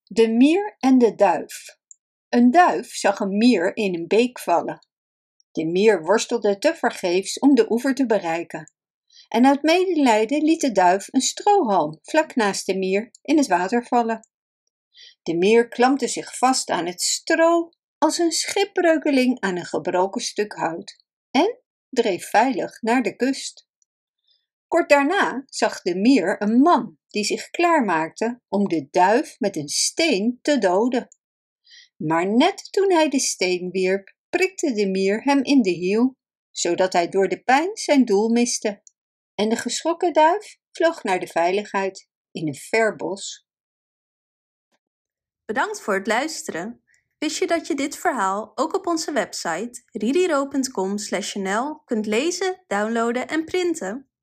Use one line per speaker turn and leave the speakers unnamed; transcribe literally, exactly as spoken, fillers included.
De mier en de duif. Een duif zag een mier in een beek vallen. De mier worstelde tevergeefs om de oever te bereiken. En uit medelijden liet de duif een strohalm vlak naast de mier in het water vallen. De mier klampte zich vast aan het stro als een schipbreukeling aan een gebroken stuk hout en dreef veilig naar de kust. Kort daarna zag de mier een man die zich klaarmaakte om de duif met een steen te doden. Maar net toen hij de steen wierp, prikte de mier hem in de hiel, zodat hij door de pijn zijn doel miste. En de geschrokken duif vloog naar de veiligheid in een ver bos.
Bedankt voor het luisteren. Wist je dat je dit verhaal ook op onze website ridiro punt com slash n l kunt lezen, downloaden en printen?